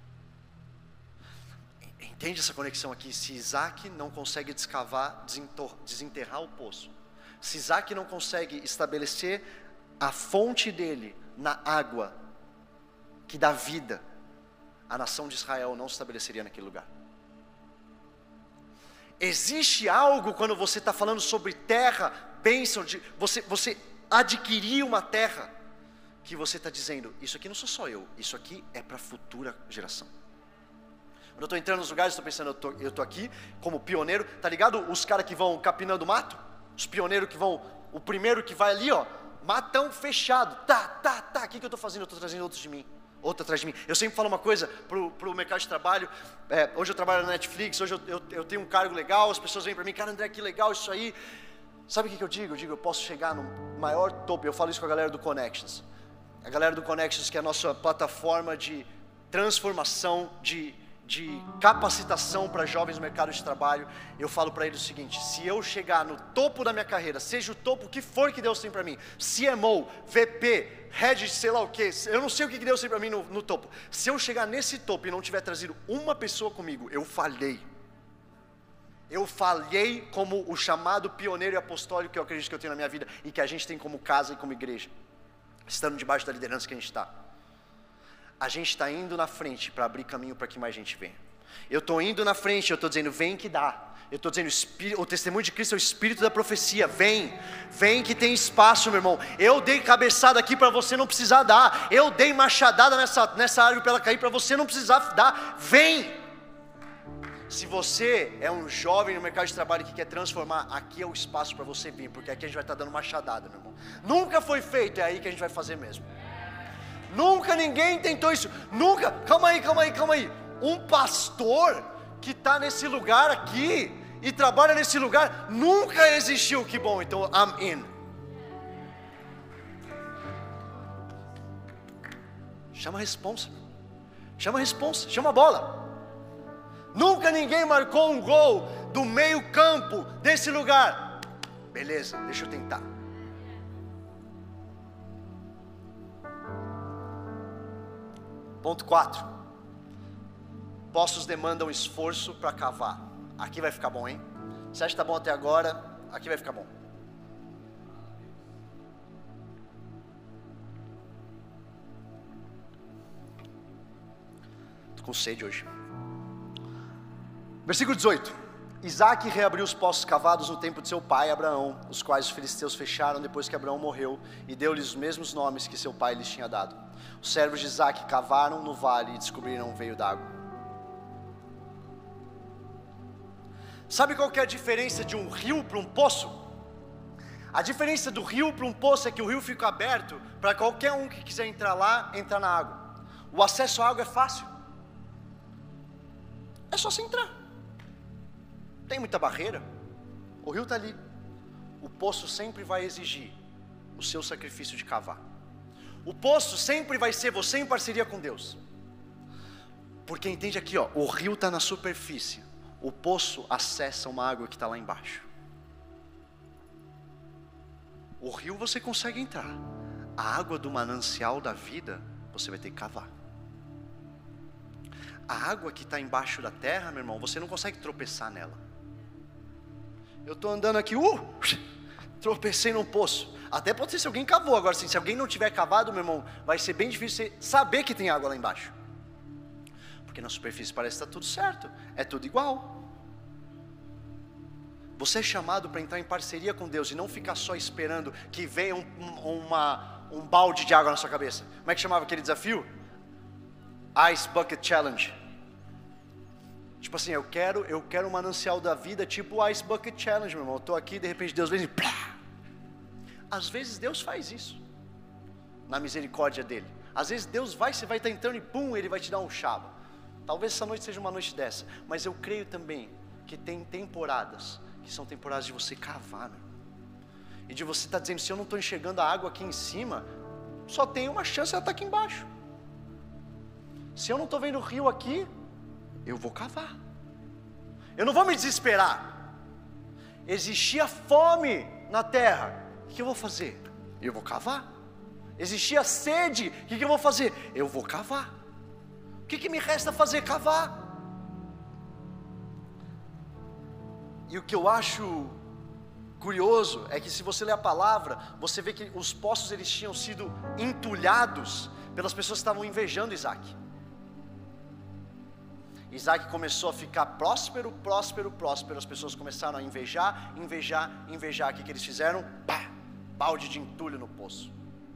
Entende essa conexão aqui? Se Isaac não consegue desenterrar o poço, se Isaac não consegue estabelecer a fonte dele na água que dá vida, a nação de Israel não se estabeleceria naquele lugar. Existe algo quando você está falando sobre terra, bênção, você adquirir uma terra, que você está dizendo, isso aqui não sou só eu, isso aqui é para a futura geração. Quando eu estou entrando nos lugares, estou pensando, eu estou aqui como pioneiro, tá ligado? Os caras que vão capinando mato, os pioneiros que vão, o primeiro que vai ali, matão fechado, o que eu estou fazendo? Eu estou trazendo outro atrás de mim. Eu sempre falo uma coisa pro mercado de trabalho, hoje eu trabalho na Netflix, hoje eu tenho um cargo legal, as pessoas vêm para mim, cara, André, que legal isso aí. Sabe o que eu digo? Eu digo, eu posso chegar no maior topo, eu falo isso com a galera do Connections. A galera do Connections, que é a nossa plataforma de transformação, de capacitação para jovens no mercado de trabalho, eu falo para eles o seguinte, se eu chegar no topo da minha carreira, seja o topo que for que Deus tem para mim, CMO, VP, Head, sei lá o que, eu não sei o que Deus tem para mim no topo, se eu chegar nesse topo e não tiver trazido uma pessoa comigo, eu falhei. Eu falhei como o chamado pioneiro e apostólico que eu acredito que eu tenho na minha vida, e que a gente tem como casa e como igreja, estando debaixo da liderança que a gente está. A gente está indo na frente para abrir caminho para que mais gente venha. Eu estou indo na frente, eu estou dizendo, vem que dá. Eu estou dizendo, o testemunho de Cristo é o espírito da profecia. Vem que tem espaço, meu irmão. Eu dei cabeçada aqui para você não precisar dar. Eu dei machadada nessa árvore para ela cair para você não precisar dar. Vem. Se você é um jovem no mercado de trabalho que quer transformar, aqui é o espaço para você vir, porque aqui a gente vai estar dando machadada, meu irmão. Nunca foi feito, é aí que a gente vai fazer mesmo. Nunca ninguém tentou isso. Nunca. Calma aí. Um pastor que está nesse lugar aqui e trabalha nesse lugar nunca existiu. Que bom, então I'm in. Chama a responsa. Chama a bola. Nunca ninguém marcou um gol do meio campo desse lugar. Beleza, deixa eu tentar. Ponto 4. Poços demandam esforço para cavar. Aqui vai ficar bom, hein? Você acha que tá bom até agora? Aqui vai ficar bom. Tô com sede hoje. Versículo 18. Isaac reabriu os poços cavados no tempo de seu pai Abraão, os quais os filisteus fecharam depois que Abraão morreu, e deu-lhes os mesmos nomes que seu pai lhes tinha dado. Os servos de Isaac cavaram no vale e descobriram um veio d'água. Sabe qual que é a diferença de um rio para um poço? A diferença do rio para um poço é que o rio fica aberto para qualquer um que quiser entrar lá, entrar na água. O acesso à água é fácil. É só você entrar. Tem muita barreira. O rio está ali. O poço sempre vai exigir o seu sacrifício de cavar. O poço sempre vai ser você em parceria com Deus. Porque entende aqui, ó, o rio está na superfície. O poço acessa uma água que está lá embaixo. O rio você consegue entrar. A água do manancial da vida, você vai ter que cavar. A água que está embaixo da terra, meu irmão, você não consegue tropeçar nela. Eu estou andando aqui, tropecei num poço. Até pode ser se alguém cavou. Agora, se alguém não tiver cavado, meu irmão, vai ser bem difícil você saber que tem água lá embaixo. Porque na superfície parece que está tudo certo. É tudo igual. Você é chamado para entrar em parceria com Deus e não ficar só esperando que venha um balde de água na sua cabeça. Como é que chamava aquele desafio? Ice Bucket Challenge. Tipo assim, eu quero um manancial da vida, tipo o Ice Bucket Challenge, meu irmão. Eu estou aqui, de repente Deus vem e plá. Às vezes Deus faz isso, na misericórdia dEle. Às vezes Deus você vai estar entrando e pum, Ele vai te dar um chava. Talvez essa noite seja uma noite dessa. Mas eu creio também que tem temporadas, que são temporadas de você cavar, meu. E de você estar dizendo, se eu não estou enxergando a água aqui em cima, só tem uma chance, ela está aqui embaixo. Se eu não estou vendo o rio aqui, eu vou cavar. Eu não vou me desesperar. Existia fome na terra, o que eu vou fazer? Eu vou cavar. Existia sede, o que eu vou fazer? Eu vou cavar. O que me resta fazer? Cavar. E o que eu acho curioso é que se você ler a palavra, você vê que os poços eles tinham sido entulhados pelas pessoas que estavam invejando Isaac. Isaac começou a ficar próspero, as pessoas começaram a invejar. O que eles fizeram? Pá, balde de entulho no poço.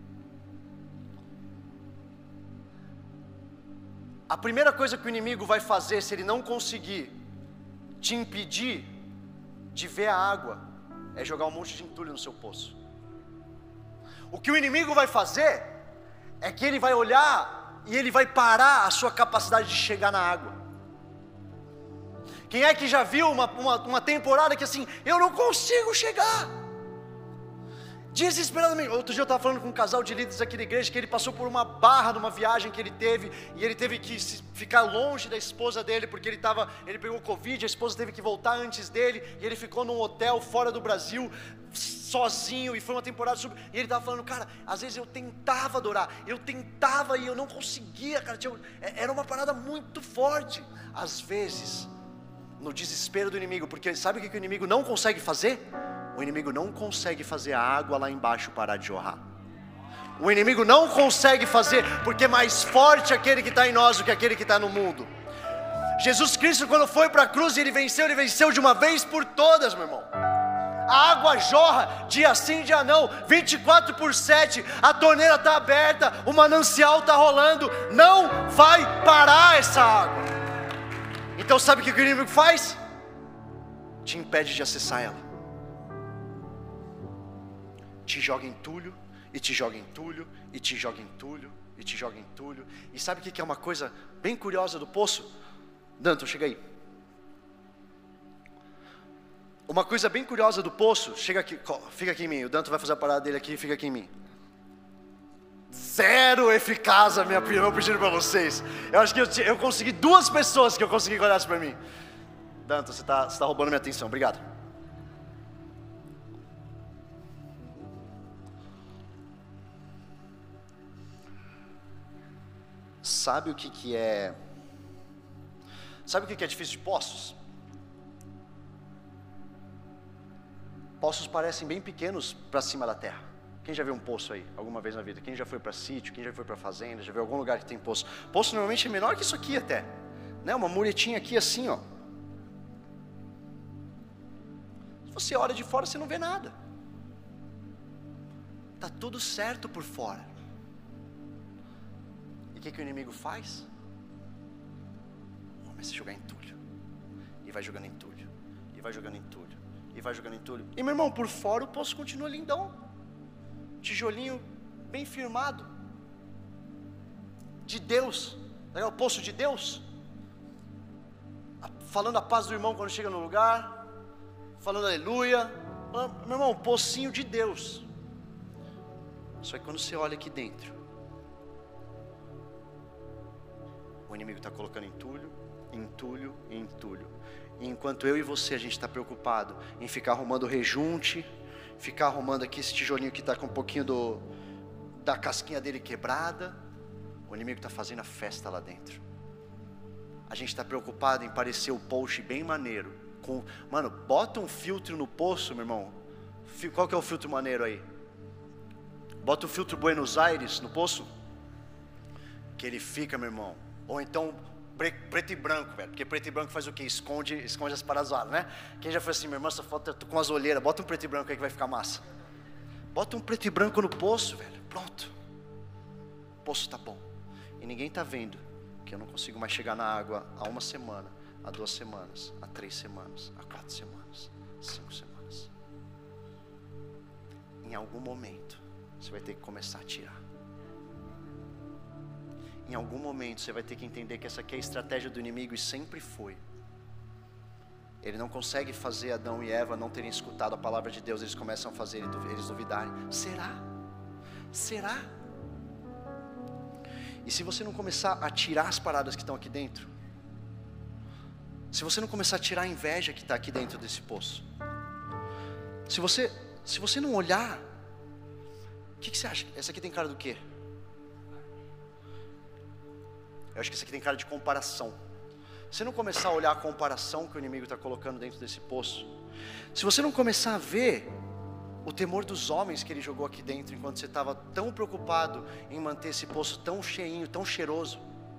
A primeira coisa que o inimigo vai fazer, se ele não conseguir te impedir de ver a água, é jogar um monte de entulho no seu poço. O que o inimigo vai fazer, é que ele vai olhar e ele vai parar a sua capacidade de chegar na água. Quem é que já viu uma temporada que assim, eu não consigo chegar? Desesperadamente. Outro dia eu estava falando com um casal de líderes aqui da igreja, que ele passou por uma barra numa viagem que ele teve, e ele teve que ficar longe da esposa dele, porque ele pegou Covid, a esposa teve que voltar antes dele, e ele ficou num hotel fora do Brasil, sozinho, e foi uma temporada e ele estava falando, cara, às vezes eu tentava adorar, e eu não conseguia, cara, era uma parada muito forte, às vezes, no desespero do inimigo, porque sabe o que o inimigo não consegue fazer? O inimigo não consegue fazer a água lá embaixo parar de jorrar. O inimigo não consegue fazer, porque é mais forte aquele que está em nós do que aquele que está no mundo. Jesus Cristo, quando foi para a cruz, ele venceu de uma vez por todas, meu irmão. A água jorra, dia sim, dia não, 24/7, a torneira está aberta, o manancial está rolando, não vai parar essa água. Então sabe o que o inimigo faz? Te impede de acessar ela. Te joga entulho, e te joga entulho, e te joga entulho, e te joga entulho. E sabe o que é uma coisa bem curiosa do poço? Danton, chega aí. Uma coisa bem curiosa do poço, chega aqui, fica aqui em mim. O Danton vai fazer a parada dele aqui, fica aqui em mim. Zero eficaz a meu pedido para vocês. Eu acho que eu consegui 2 pessoas que eu consegui que olhassem para mim. Danton, você tá roubando minha atenção, obrigado. Sabe o que é? Sabe o que é difícil de poços? Poços parecem bem pequenos para cima da terra. Quem já viu um poço aí, alguma vez na vida? Quem já foi para sítio, quem já foi para fazenda, já viu algum lugar que tem poço? Poço normalmente é menor que isso aqui até, né? Uma muretinha aqui assim, ó. Se você olha de fora, você não vê nada. Tá tudo certo por fora. E o que o inimigo faz? Começa a jogar entulho. E vai jogando entulho. E vai jogando entulho. E vai jogando entulho. E meu irmão, por fora o poço continua lindão. Tijolinho bem firmado. De Deus. É o poço de Deus. Falando a paz do irmão quando chega no lugar. Falando aleluia. Meu irmão, pocinho de Deus. Só que quando você olha aqui dentro, o inimigo está colocando entulho, entulho e entulho. E enquanto eu e você, a gente está preocupado em ficar arrumando rejunte, ficar arrumando aqui esse tijolinho que está com um pouquinho da casquinha dele quebrada, o inimigo está fazendo a festa lá dentro. A gente está preocupado em parecer o post bem maneiro. Mano, bota um filtro no poço, meu irmão. Qual que é o filtro maneiro aí? Bota o filtro Buenos Aires no poço, que ele fica, meu irmão. Ou então preto e branco, velho. Porque preto e branco faz o quê? Esconde as paradas zoadas, né? Quem já foi assim, meu irmão, essa foto eu tô com as olheiras. Bota um preto e branco aí que vai ficar massa. Bota um preto e branco no poço, velho. Pronto. O poço tá bom. E ninguém tá vendo que eu não consigo mais chegar na água há 1 semana, há 2 semanas, há 3 semanas, há 4 semanas, 5 semanas. Em algum momento você vai ter que começar a tirar. Em algum momento você vai ter que entender que essa aqui é a estratégia do inimigo e sempre foi. Ele não consegue fazer Adão e Eva não terem escutado a palavra de Deus. Eles começam a fazer eles duvidarem. Será? Será? E se você não começar a tirar as paradas que estão aqui dentro, se você não começar a tirar a inveja que está aqui dentro desse poço, se você não olhar, o que você acha? Essa aqui tem cara do quê? Eu acho que essa aqui tem cara de comparação. Se não começar a olhar a comparação que o inimigo está colocando dentro desse poço, se você não começar a ver o temor dos homens que ele jogou aqui dentro, enquanto você estava tão preocupado em manter esse poço tão cheinho, tão cheiroso,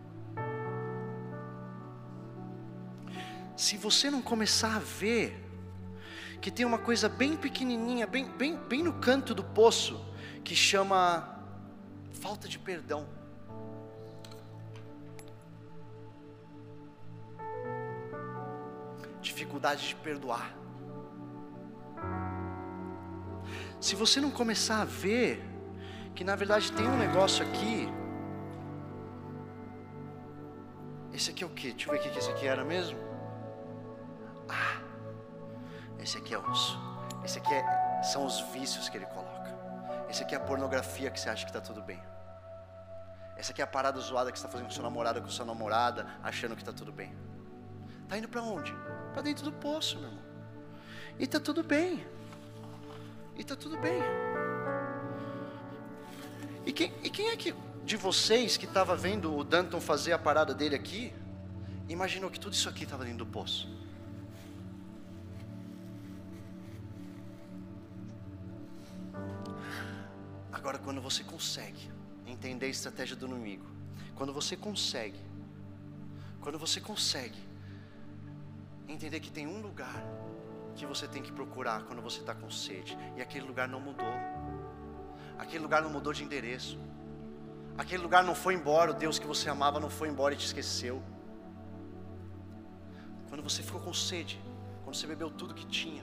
se você não começar a ver que tem uma coisa bem pequenininha, bem no canto do poço, que chama falta de perdão. Dificuldade de perdoar. Se você não começar a ver que na verdade tem um negócio aqui. Esse aqui é o quê? Deixa eu ver o que esse aqui era mesmo. Esse aqui é osso. Esse aqui são os vícios que ele coloca. Esse aqui é a pornografia que você acha que está tudo bem. Essa aqui é a parada zoada que você está fazendo com seu namorado, com sua namorada, achando que está tudo bem. Está indo para onde? Para dentro do poço, meu irmão. E está tudo bem. E está tudo bem. E quem é que de vocês que estava vendo o Danton fazer a parada dele aqui, imaginou que tudo isso aqui estava dentro do poço? Agora, quando você consegue entender a estratégia do inimigo, quando você consegue entender que tem um lugar que você tem que procurar quando você está com sede, e aquele lugar não mudou, aquele lugar não mudou de endereço, aquele lugar não foi embora, o Deus que você amava não foi embora e te esqueceu. Quando você ficou com sede, quando você bebeu tudo que tinha,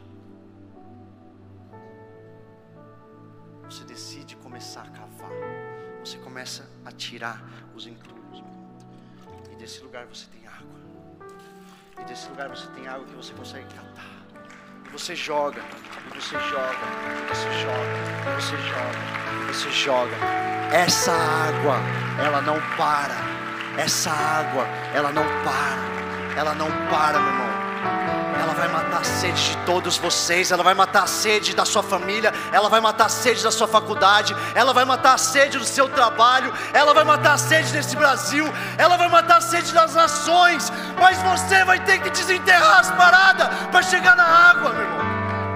você decide começar a cavar, você começa a tirar os entulhos, e desse lugar você tem água, e desse lugar você tem água que você consegue catar, e você joga, e você joga, e você joga, e você joga, e você joga. Essa água, ela não para, essa água, ela não para, meu irmão. ela vai matar a sede de todos vocês, ela vai matar a sede da sua família, ela vai matar a sede da sua faculdade, ela vai matar a sede do seu trabalho, ela vai matar a sede desse Brasil, ela vai matar a sede das nações, mas você vai ter que desenterrar as paradas para chegar na água, meu irmão.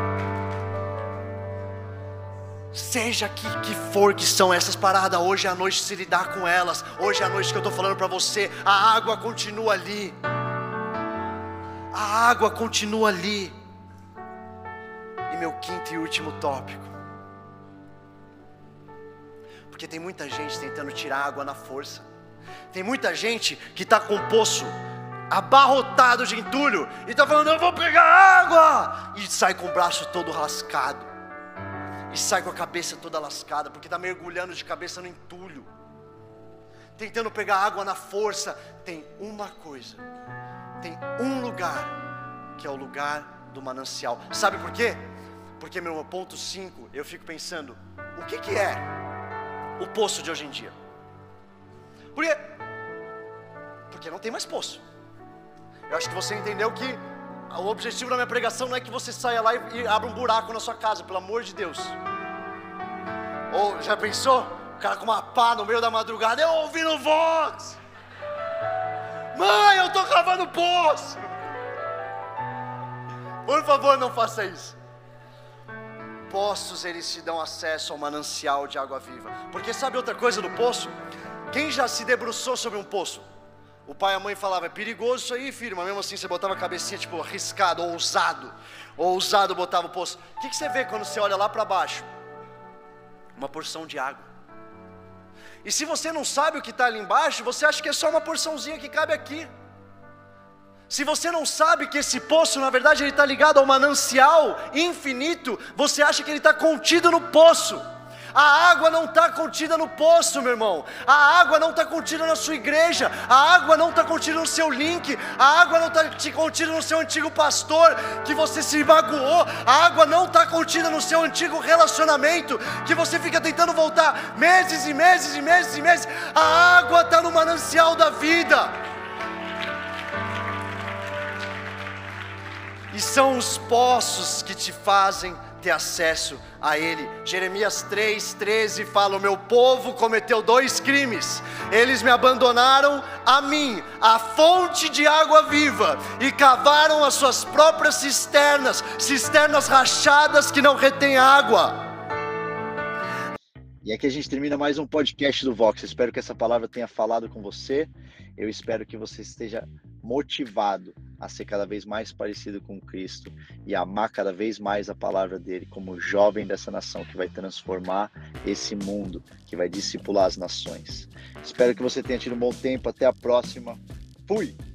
Seja que for que são essas paradas, hoje é a noite de se lidar com elas, hoje é a noite que eu estou falando para você, a água continua ali. A água continua ali. E meu quinto e último tópico, porque tem muita gente tentando tirar água na força. Tem muita gente que está com o poço abarrotado de entulho e está falando, eu vou pegar água, e sai com o braço todo rascado, e sai com a cabeça toda lascada, porque está mergulhando de cabeça no entulho, tentando pegar água na força. Tem uma coisa, tem um lugar, que é o lugar do manancial. Sabe por quê? Porque, meu irmão, ponto 5, eu fico pensando, o que é o poço de hoje em dia? Por quê? Porque não tem mais poço. Eu acho que você entendeu que o objetivo da minha pregação não é que você saia lá e abra um buraco na sua casa, pelo amor de Deus. Ou, já pensou? O cara com uma pá no meio da madrugada, eu ouvindo Vox. Mãe, eu estou cavando poço. Por favor, não faça isso. Poços, eles te dão acesso ao manancial de água viva. Porque sabe outra coisa do poço? Quem já se debruçou sobre um poço? O pai e a mãe falavam, é perigoso isso aí, filho. Mas mesmo assim você botava a cabecinha tipo arriscado, ousado botava o poço. O que você vê quando você olha lá para baixo? Uma porção de água. E se você não sabe o que está ali embaixo, você acha que é só uma porçãozinha que cabe aqui. Se você não sabe que esse poço, na verdade, ele está ligado ao manancial infinito, você acha que ele está contido no poço. A água não está contida no poço, meu irmão. A água não está contida na sua igreja. A água não está contida no seu link. A água não está contida no seu antigo pastor, que você se magoou. A água não está contida no seu antigo relacionamento, que você fica tentando voltar meses e meses e meses e meses. A água está no manancial da vida. E são os poços que te fazem ter acesso a Ele. Jeremias 3:13 fala, o meu povo cometeu 2 crimes. Eles me abandonaram a mim, a fonte de água viva, e cavaram as suas próprias cisternas rachadas que não retêm água. E aqui a gente termina mais um podcast do Vox. Eu espero que essa palavra tenha falado com você. Eu espero que você esteja motivado a ser cada vez mais parecido com Cristo e amar cada vez mais a palavra dele, como jovem dessa nação que vai transformar esse mundo, que vai discipular as nações. Espero que você tenha tido um bom tempo. Até a próxima. Fui!